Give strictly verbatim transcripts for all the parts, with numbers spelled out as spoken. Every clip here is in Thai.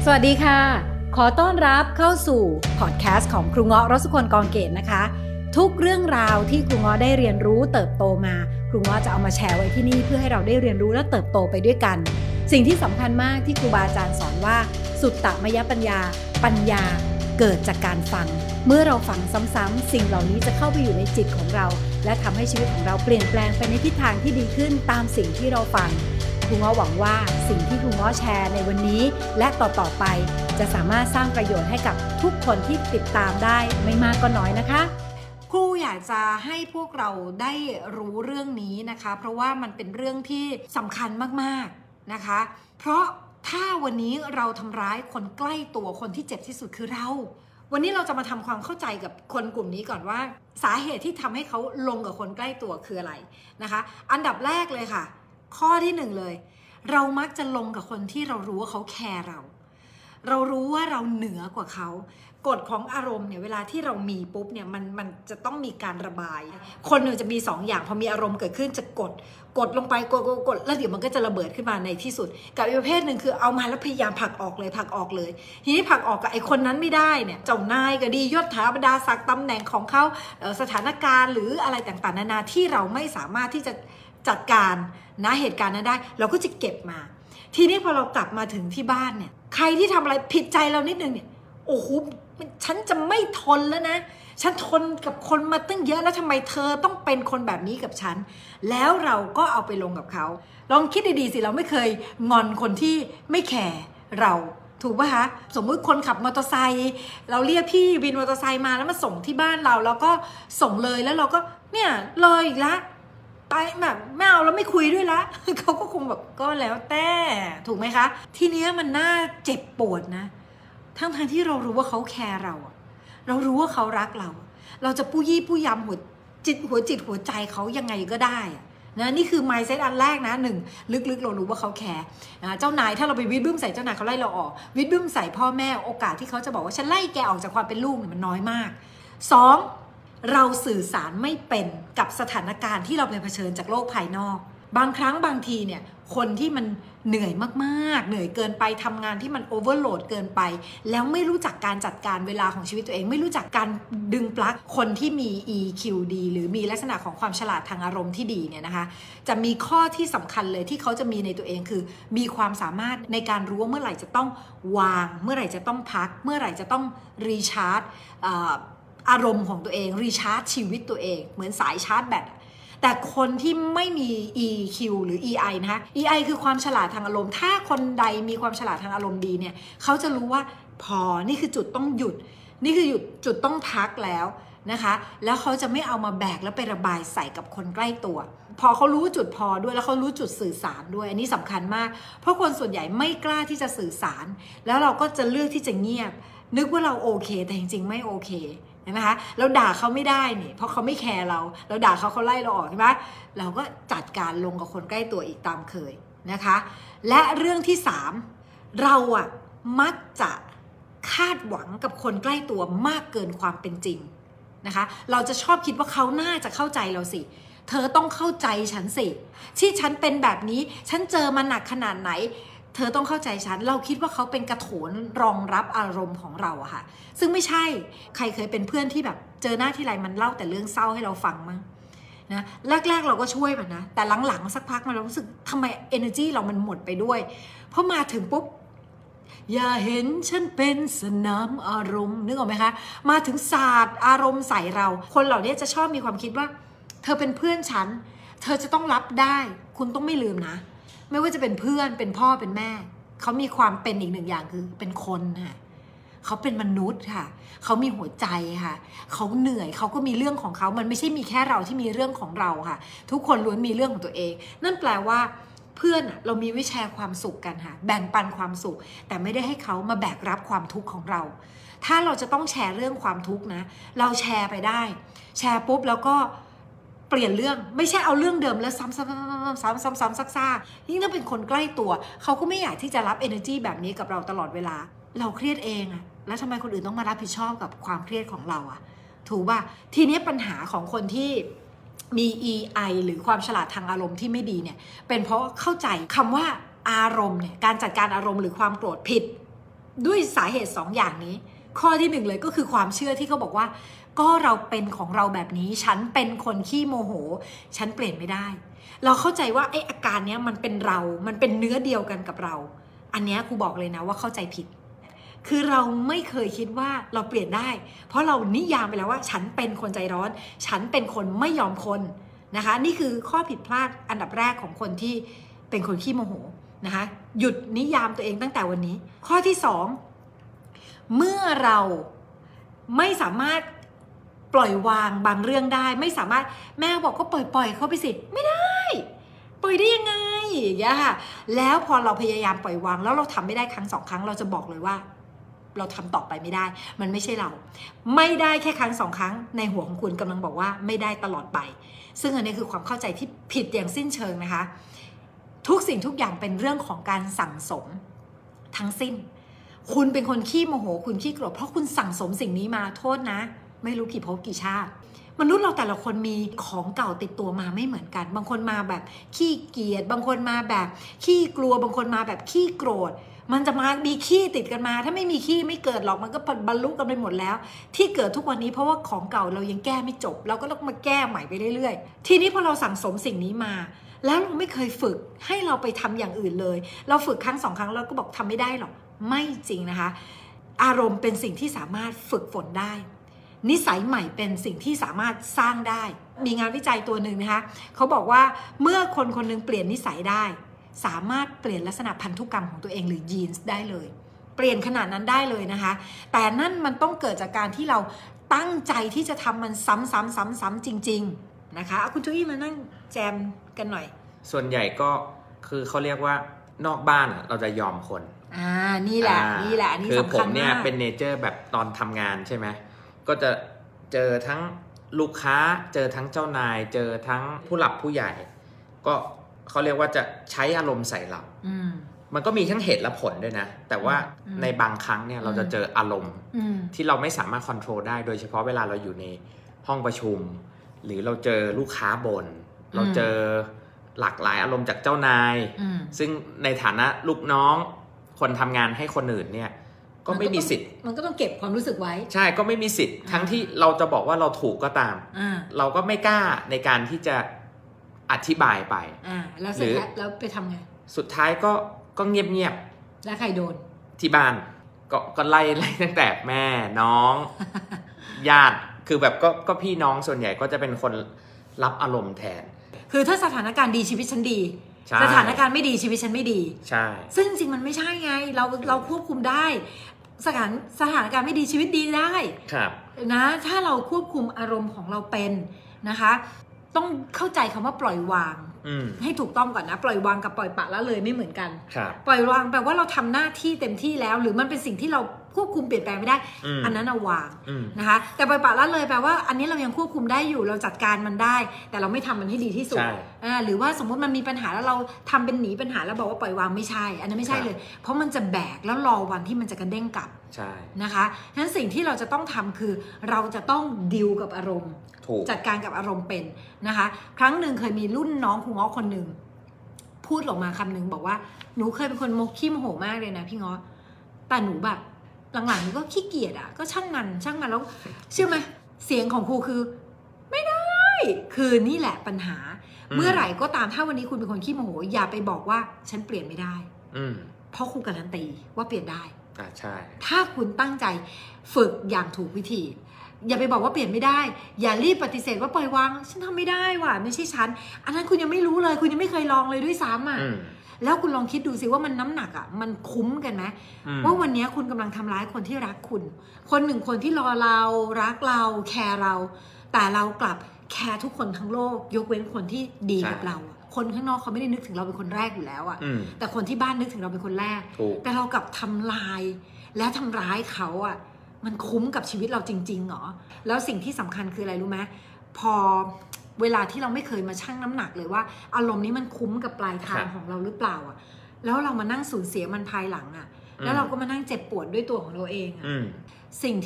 สวัสดีค่ะขอต้อนรับเข้าสู่พอดแคสต์ของครูเงาะรสคนกองเกตนะคะทุกเรื่องราวที่ครูเงาะได้เรียนรู้เติบโตมาครูเงาะจะเอามาแชร์ไว้ที่นี่เพื่อให้เราได้เรียนรู้และเติบโตไปด้วยกันสิ่งที่สำคัญมากที่ครูบาอาจารย์สอนว่าสุตตมยปัญญาปัญญาเกิดจากการฟังเมื่อเราฟังซ้ำๆสิ่งเหล่านี้จะเข้าไปอยู่ในจิตของเราและทำให้ชีวิตของเราเปลี่ยนแปลงไปในทิศทางที่ดีขึ้นตามสิ่งที่เราฟังครูเงาะหวังว่าสิ่งที่ครูเงาะแชร์ในวันนี้และต่อๆไปจะสามารถสร้างประโยชน์ให้กับทุกคนที่ติดตามได้ไม่มากก็น้อยนะคะครูอยากจะให้พวกเราได้รู้เรื่องนี้นะคะเพราะว่ามันเป็นเรื่องที่สำคัญมากๆนะคะเพราะถ้าวันนี้เราทำร้ายคนใกล้ตัวคนที่เจ็บที่สุดคือเราวันนี้เราจะมาทำความเข้าใจกับคนกลุ่มนี้ก่อนว่าสาเหตุที่ทำให้เขาลงกับคนใกล้ตัวคืออะไรนะคะอันดับแรกเลยค่ะข้อที่หนึ่งเลยเรามักจะลงกับคนที่เรารู้ว่าเขาแคร์เราเรารู้ว่าเราเหนือกว่าเขากฎของอารมณ์เนี่ยเวลาที่เรามีปุ๊บเนี่ยมันมันจะต้องมีการระบายคนหนึ่งจะมีสองอย่างพอมีอารมณ์เกิดขึ้นจะกดกดลงไปกดกดกดแล้วเดี๋ยวมันก็จะระเบิดขึ้นมาในที่สุดกับอีกประเภทหนึ่งคือเอามาแล้วพยายามผลักออกเลยผลักออกเลยทีนี้ผลักออกกับไอ้คนนั้นไม่ได้เนี่ยเจ้านายก็ดียศถาบรรดาศักดิ์ตำแหน่งของเขาสถานการณ์หรืออะไรต่างๆนานาที่เราไม่สามารถที่จะจัดการนะเหตุการณ์นั้นได้เราก็จะเก็บมาทีนี้พอเรากลับมาถึงที่บ้านเนี่ยใครที่ทำอะไรผิดใจเรานิดนึงเนี่ยโอ้โหฉันจะไม่ทนแล้วนะฉันทนกับคนมาตั้งเยอะแล้วทำไมเธอต้องเป็นคนแบบนี้กับฉันแล้วเราก็เอาไปลงกับเขาลองคิดดีๆสิเราไม่เคยงอนคนที่ไม่แคร์เราถูกป่ะคะสมมุติคนขับมอเตอร์ไซค์เราเรียกพี่วินมอเตอร์ไซค์มาแล้วมาส่งที่บ้านเราแล้วก็ส่งเลยแล้วเราก็เนี่ยเลยอีกแล้วไปแบบไม่เอาแล้วไม่คุยด้วยละเขาก็คงแบบก็แล้วแต่ถูกไหมคะทีเนี้ยมันน่าเจ็บปวดนะทั้งทางที่เรารู้ว่าเขาแคร์เราเรารู้ว่าเขารักเราเราจะปู้ยี่ปู้ยำหัวจิตหัวจิตหัวใจเขายังไงก็ได้นะนี่คือ mindset อันแรกนะหนึ่งลึกๆเรารู้ว่าเขาแคร์เจ้านายถ้าเราไปวิดบึ้มใส่เจ้านายเขาไล่เราออกวิดบึ้มใส่พ่อแม่โอกาสที่เขาจะบอกว่าฉันไล่แกออกจากความเป็นลูกมันน้อยมากสองเราสื่อสารไม่เป็นกับสถานการณ์ที่เราไปเผชิญจากโลกภายนอกบางครั้งบางทีเนี่ยคนที่มันเหนื่อยมากๆเหนื่อยเกินไปทำงานที่มันโอเวอร์โหลดเกินไปแล้วไม่รู้จักการจัดการเวลาของชีวิตตัวเองไม่รู้จักการดึงปลั๊กคนที่มี อี คิว ดี หรือมีลักษณะของความฉลาดทางอารมณ์ที่ดีเนี่ยนะคะจะมีข้อที่สำคัญเลยที่เขาจะมีในตัวเองคือมีความสามารถในการรู้ว่าเมื่อไหร่จะต้องวางเมื่อไหร่จะต้องพักเมื่อไหร่จะต้องรีชาร์จอารมณ์ของตัวเองรีชาร์จชีวิตตัวเองเหมือนสายชาร์จแบตแต่คนที่ไม่มี อี คิว หรือ อี ไอ นะคะ อี ไอ คือความฉลาดทางอารมณ์ถ้าคนใดมีความฉลาดทางอารมณ์ดีเนี่ยเขาจะรู้ว่าพอนี่คือจุดต้องหยุดนี่คือหยุดจุดต้องพักแล้วนะคะแล้วเขาจะไม่เอามาแบกแล้วไประบายใส่กับคนใกล้ตัวพอเขารู้จุดพอด้วยแล้วเขารู้จุดสื่อสารด้วยอันนี้สำคัญมากเพราะคนส่วนใหญ่ไม่กล้าที่จะสื่อสารแล้วเราก็จะเลือกที่จะเงียบนึกว่าเราโอเคแต่จริงๆไม่โอเคเห็นไหมคะเราด่าเขาไม่ได้นี่เพราะเขาไม่แคร์เราเราด่าเขาเขาไล่เราออกใช่ไหมเราก็จัดการลงกับคนใกล้ตัวอีกตามเคยนะคะและเรื่องที่สามเราอะมักจะคาดหวังกับคนใกล้ตัวมากเกินความเป็นจริงนะคะเราจะชอบคิดว่าเขาน่าจะเข้าใจเราสิเธอต้องเข้าใจฉันสิที่ฉันเป็นแบบนี้ฉันเจอมาหนักขนาดไหนเธอต้องเข้าใจฉันเราคิดว่าเขาเป็นกระโถนรองรับอารมณ์ของเราอะค่ะซึ่งไม่ใช่ใครเคยเป็นเพื่อนที่แบบเจอหน้าที่ไรมันเล่าแต่เรื่องเศร้าให้เราฟังมั้งนะแรกๆเราก็ช่วยมันนะแต่หลังๆสักพักมันเรารู้สึกทำไม energy เรามันหมดไปด้วยเพราะมาถึงปุ๊บอย่าเห็นฉันเป็นสนามอารมณ์นึกออกไหมคะมาถึงศาสตร์อารมณ์ใส่เราคนเหล่านี้จะชอบมีความคิดว่าเธอเป็นเพื่อนฉันเธอจะต้องรับได้คุณต้องไม่ลืมนะไม่ว่าจะเป็นเพื่อนเป็นพ่อเป็นแม่เขามีความเป็นอีกหนึ่งอย่างคือเป็นคนค่ะเขาเป็นมนุษย์ค่ะเขามีหัวใจค่ะเขาเหนื่อยเขาก็มีเรื่องของเขามันไม่ใช่มีแค่เราที่มีเรื่องของเราค่ะทุกคนล้วนมีเรื่องของตัวเองนั่นแปลว่าเพื่อนเรามีวิแชร์ความสุขกันค่ะแบ่งปันความสุขแต่ไม่ได้ให้เขามาแบกรับความทุกข์ของเราถ้าเราจะต้องแชร์เรื่องความทุกข์นะเราแชร์ไปได้แชร์ปุ๊บแล้วก็เปลี่ยนเรื่องไม่ใช่เอาเรื่องเดิมแล้วซ้ำๆๆๆซ้ำๆๆซากๆยิ่งถ้าเป็นคนใกล้ตัวเขาก็ไม่อยากที่จะรับ energy แบบนี้กับเราตลอดเวลาเราเครียดเองอะแล้วทำไมคนอื่นต้องมารับผิดชอบกับความเครียดของเราอะถูกป่ะทีนี้ปัญหาของคนที่มี อี ไอ หรือความฉลาดทางอารมณ์ที่ไม่ดีเนี่ยเป็นเพราะเข้าใจคำว่าอารมณ์เนี่ยการจัดการอารมณ์หรือความโกรธผิดด้วยสาเหตุสองอย่างนี้ข้อที่หนึ่งเลยก็คือความเชื่อที่เขาบอกว่าก็เราเป็นของเราแบบนี้ฉันเป็นคนขี้โมโหฉันเปลี่ยนไม่ได้เราเข้าใจว่าไอ้อาการเนี้ยมันเป็นเรามันเป็นเนื้อเดียวกันกับเราอันเนี้ยครูบอกเลยนะว่าเข้าใจผิดคือเราไม่เคยคิดว่าเราเปลี่ยนได้เพราะเรานิยามไปแล้วว่าฉันเป็นคนใจร้อนฉันเป็นคนไม่ยอมคนนะคะนี่คือข้อผิดพลาดอันดับแรกของคนที่เป็นคนขี้โมโหนะคะหยุดนิยามตัวเองตั้งแต่วันนี้ข้อที่สองเมื่อเราไม่สามารถปล่อยวางบางเรื่องได้ไม่สามารถแม่บอกก็ปล่อยปล่อยเขาไปสิไม่ได้ปล่อยได้ยังไงอย่างเงี้ยค่ะแล้วพอเราพยายามปล่อยวางแล้วเราทำไม่ได้ครั้งสองครั้งเราจะบอกเลยว่าเราทำต่อไปไม่ได้มันไม่ใช่เราไม่ได้แค่ครั้งสองครั้งในหัวของคุณกำลังบอกว่าไม่ได้ตลอดไปซึ่งอันนี้คือความเข้าใจที่ผิดอย่างสิ้นเชิงนะคะทุกสิ่งทุกอย่างเป็นเรื่องของการสั่งสมทั้งสิ้นคุณเป็นคนขี้โมโหคุณขี้โกรธเพราะคุณสั่งสมสิ่งนี้มาโทษนะไม่รู้กี่ภพกี่ชาติมนุษย์เราแต่ละคนมีของเก่าติดตัวมาไม่เหมือนกันบางคนมาแบบขี้เกียจบางคนมาแบบขี้กลัวบางคนมาแบบขี้โกรธมันจะมามีขี้ติดกันมาถ้าไม่มีขี้ไม่เกิดหรอกมันก็บรรลุกันไปหมดแล้วที่เกิดทุกวันนี้เพราะว่าของเก่าเรายังแก้ไม่จบเราก็ต้องมาแก้ใหม่ไปเรื่อยๆทีนี้พอเราสั่งสมสิ่งนี้มาแล้วเราไม่เคยฝึกให้เราไปทำอย่างอื่นเลยเราฝึกครั้งสองครั้งเราก็บอกทำไม่ได้หรอกไม่จริงนะคะอารมณ์เป็นสิ่งที่สามารถฝึกฝนได้นิสัยใหม่เป็นสิ่งที่สามารถสร้างได้มีงานวิจัยตัวหนึ่งนะคะเขาบอกว่าเมื่อคนคนนึงเปลี่ยนนิสัยได้สามารถเปลี่ยนลักษณะพันธุกรรมของตัวเองหรือยีนส์ได้เลยเปลี่ยนขนาดนั้นได้เลยนะคะแต่นั่นมันต้องเกิดจากการที่เราตั้งใจที่จะทำมันซ้ำๆๆๆจริงๆนะคะเอาคุณจุ้ยมานั่งแจมกันหน่อยส่วนใหญ่ก็คือเขาเรียกว่านอกบ้านเราจะยอมคนอ่านี่แหละนี่แหละนี่สำคัญมากคือผมเนี่ยเป็นเนเจอร์แบบตอนทำงานใช่ไหมก็จะเจอทั้งลูกค้าเจอทั้งเจ้านายเจอทั้งผู้หลักผู้ใหญ่ก็เขาเรียกว่าจะใช้อารมณ์ใส่เรามันก็มีทั้งเหตุและผลด้วยนะแต่ว่าในบางครั้งเนี่ยเราจะเจออารมณ์ที่เราไม่สามารถควบคุมได้โดยเฉพาะเวลาเราอยู่ในห้องประชุมหรือเราเจอลูกค้าบ่นเราเจอหลากหลายอารมณ์จากเจ้านายซึ่งในฐานะลูกน้องคนทำงานให้คนอื่นเนี่ยก็ไม่มีสิทธิ์มันก็ต้องเก็บความรู้สึกไว้ใช่ก็ไม่มีสิทธิ์ทั้งที่เราจะบอกว่าเราถูกก็ตามเราก็ไม่กล้าในการที่จะอธิบายไปแล้วเสร็จแล้วไปทำไงสุดท้ายก็ก็เงียบๆแล้วใครโดนที่บ้านก็ก็ไล่ไล่ตั้งแต่แม่น้อง ญาติคือแบบก็ก็พี่น้องส่วนใหญ่ก็จะเป็นคนรับอารมณ์แทนคือถ้าสถานการณ์ดีชีวิตฉันดีสถานการณ์ไม่ดีชีวิตฉันไม่ดีใช่ซึ่งจริงมันไม่ใช่ไงเราเราควบคุมได้สถานสถานการณ์ไม่ดีชีวิตดีได้ครับนะถ้าเราควบคุมอารมณ์ของเราเป็นนะคะต้องเข้าใจคำว่าปล่อยวางให้ถูกต้องก่อนนะปล่อยวางกับปล่อยปละละเลยไม่เหมือนกันปล่อยวางแปลว่าเราทำหน้าที่เต็มที่แล้วหรือมันเป็นสิ่งที่เราควบคุมเปลี่ยนแปลงไม่ได้ อ, อันนั้นเอาวางนะคะแต่ปล่อยปละละเลยแปลว่าอันนี้เรายังควบคุมได้อยู่เราจัดการมันได้แต่เราไม่ทำมันให้ดีที่สุดหรือว่าสมมติมันมีปัญหาแล้วเราทำเป็นหนีปัญหาแล้วบอกว่าปล่อยวางไม่ใช่อันนั้นไม่ใช่เลยเพราะมันจะแบกแล้วรอวันที่มันจะกระเด้งกลับนะคะฉะนั้นสิ่งที่เราจะต้องทำคือเราจะต้องดิวกับอารมณ์จัดการกับอารมณ์เป็นนะคะครั้งหนึ่งเคยมีรุ่นน้องครูง้อคนหนึ่งพูดออกมาคำหนึ่งบอกว่าหนูเคยเป็นคนโมขี้โมโหมากเลยนะพี่ง้อแต่หนูแบบหลังๆหนูก็ขี้เกียจอ่ะก็ช่างมันช่างมันแล้วเชื่อไหมเสียงของครูคือไม่ได้คือนี่แหละปัญหาเมื่อไหร่ก็ตามถ้าวันนี้คุณเป็นคนขี้โมโหอย่าไปบอกว่าฉันเปลี่ยนไม่ได้เพราะครูการันตีว่าเปลี่ยนได้อ่าใช่ถ้าคุณตั้งใจฝึกอย่างถูกวิธีอย่าไปบอกว่าเปลี่ยนไม่ได้อย่ารีบปฏิเสธว่าปล่อยวางฉันทำไม่ได้ว่ะไม่ใช่ฉันอันนั้นคุณยังไม่รู้เลยคุณยังไม่เคยลองเลยด้วยซ้ำอ่ะแล้วคุณลองคิดดูสิว่ามันน้ำหนักอ่ะมันคุ้มกันไหมว่าวันนี้คุณกำลังทำร้ายคนที่รักคุณคนหนึ่งคนที่รอเรารักเราแคร์เราแต่เรากลับแคร์ทุกคนทั้งโลกยกเว้นคนที่ดีกับเราคนข้างนอกเขาไม่ได้นึกถึงเราเป็นคนแรกอยู่แล้วอ่ะแต่คนที่บ้านนึกถึงเราเป็นคนแรกแต่เรากลับทำลายและทำร้ายเขาอ่ะมันคุ้มกับชีวิตเราจริงๆเหรอแล้วสิ่งที่สำคัญคืออะไรรู้ไหมพอเวลาที่เราไม่เคยมาชั่งน้ำหนักเลยว่าอารมณ์นี้มันคุ้มกับปลายทางของเราหรือเปล่าอ่ะแล้วเรามานั่งสูญเสียมันภายหลังอ่ะแล้วเราก็มานั่งเจ็บปวดด้วยตัวของเราเองอ่ะสิ่งที่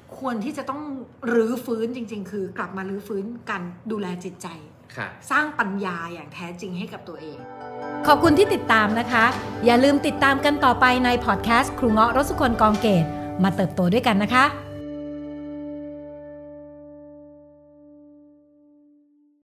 ควรที่จะต้องรื้อฟื้นจริงๆคือกลับมารื้อฟื้นการดูแลจิตใจสร้างปัญญาอย่างแท้จริงให้กับตัวเองขอบคุณที่ติดตามนะคะอย่าลืมติดตามกันต่อไปในพอดแคสต์ครูเงาะรสสุคนกองเกตมาเติบโตด้วยกันนะคะ